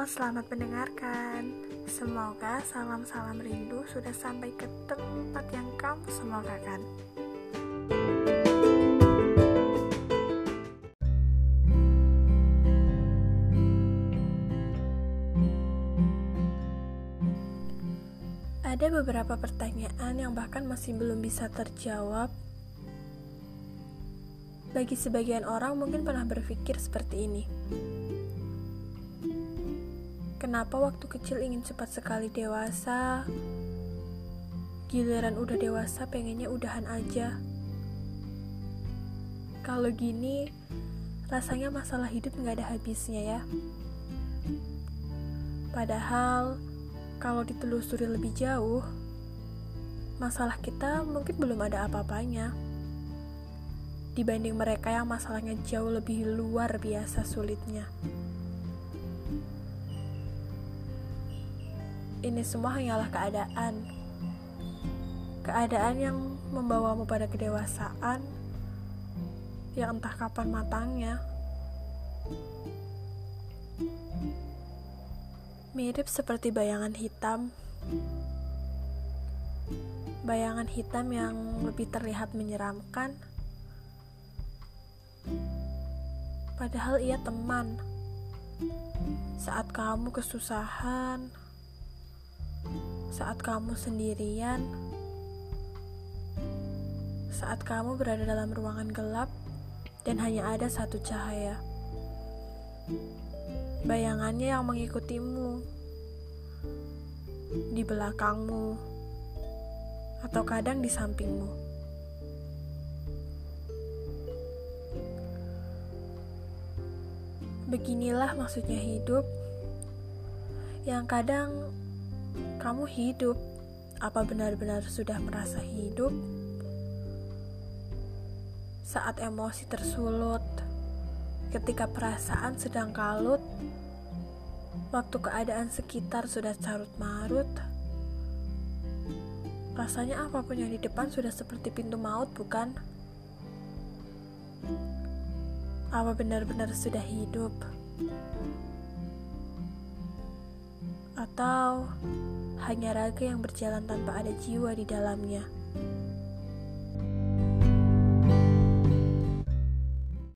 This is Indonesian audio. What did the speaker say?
selamat mendengarkan. Semoga salam-salam rindu sudah sampai ke tempat yang kamu semogakan. Ada beberapa pertanyaan yang bahkan masih belum bisa terjawab. Bagi sebagian orang mungkin pernah berpikir seperti ini. Kenapa waktu kecil ingin cepat sekali dewasa, giliran udah dewasa pengennya udahan aja. Kalau gini, rasanya masalah hidup gak ada habisnya ya. Padahal, kalau ditelusuri lebih jauh, masalah kita mungkin belum ada apa-apanya dibanding mereka yang masalahnya jauh lebih luar biasa sulitnya. Ini semua hanyalah keadaan. Keadaan yang membawamu pada kedewasaan yang entah kapan matangnya. Mirip seperti bayangan hitam. Bayangan hitam yang lebih terlihat menyeramkan. Padahal ia teman. Saat kamu kesusahan, saat kamu sendirian, saat kamu berada dalam ruangan gelap dan hanya ada satu cahaya. Bayangannya yang mengikutimu di belakangmu atau kadang di sampingmu. Beginilah maksudnya hidup, yang kadang kamu hidup, apa benar-benar sudah merasa hidup? Saat emosi tersulut, ketika perasaan sedang kalut, waktu keadaan sekitar sudah carut-marut, rasanya apapun yang di depan sudah seperti pintu maut, bukan? Apa benar-benar sudah hidup? Atau hanya raga yang berjalan tanpa ada jiwa di dalamnya?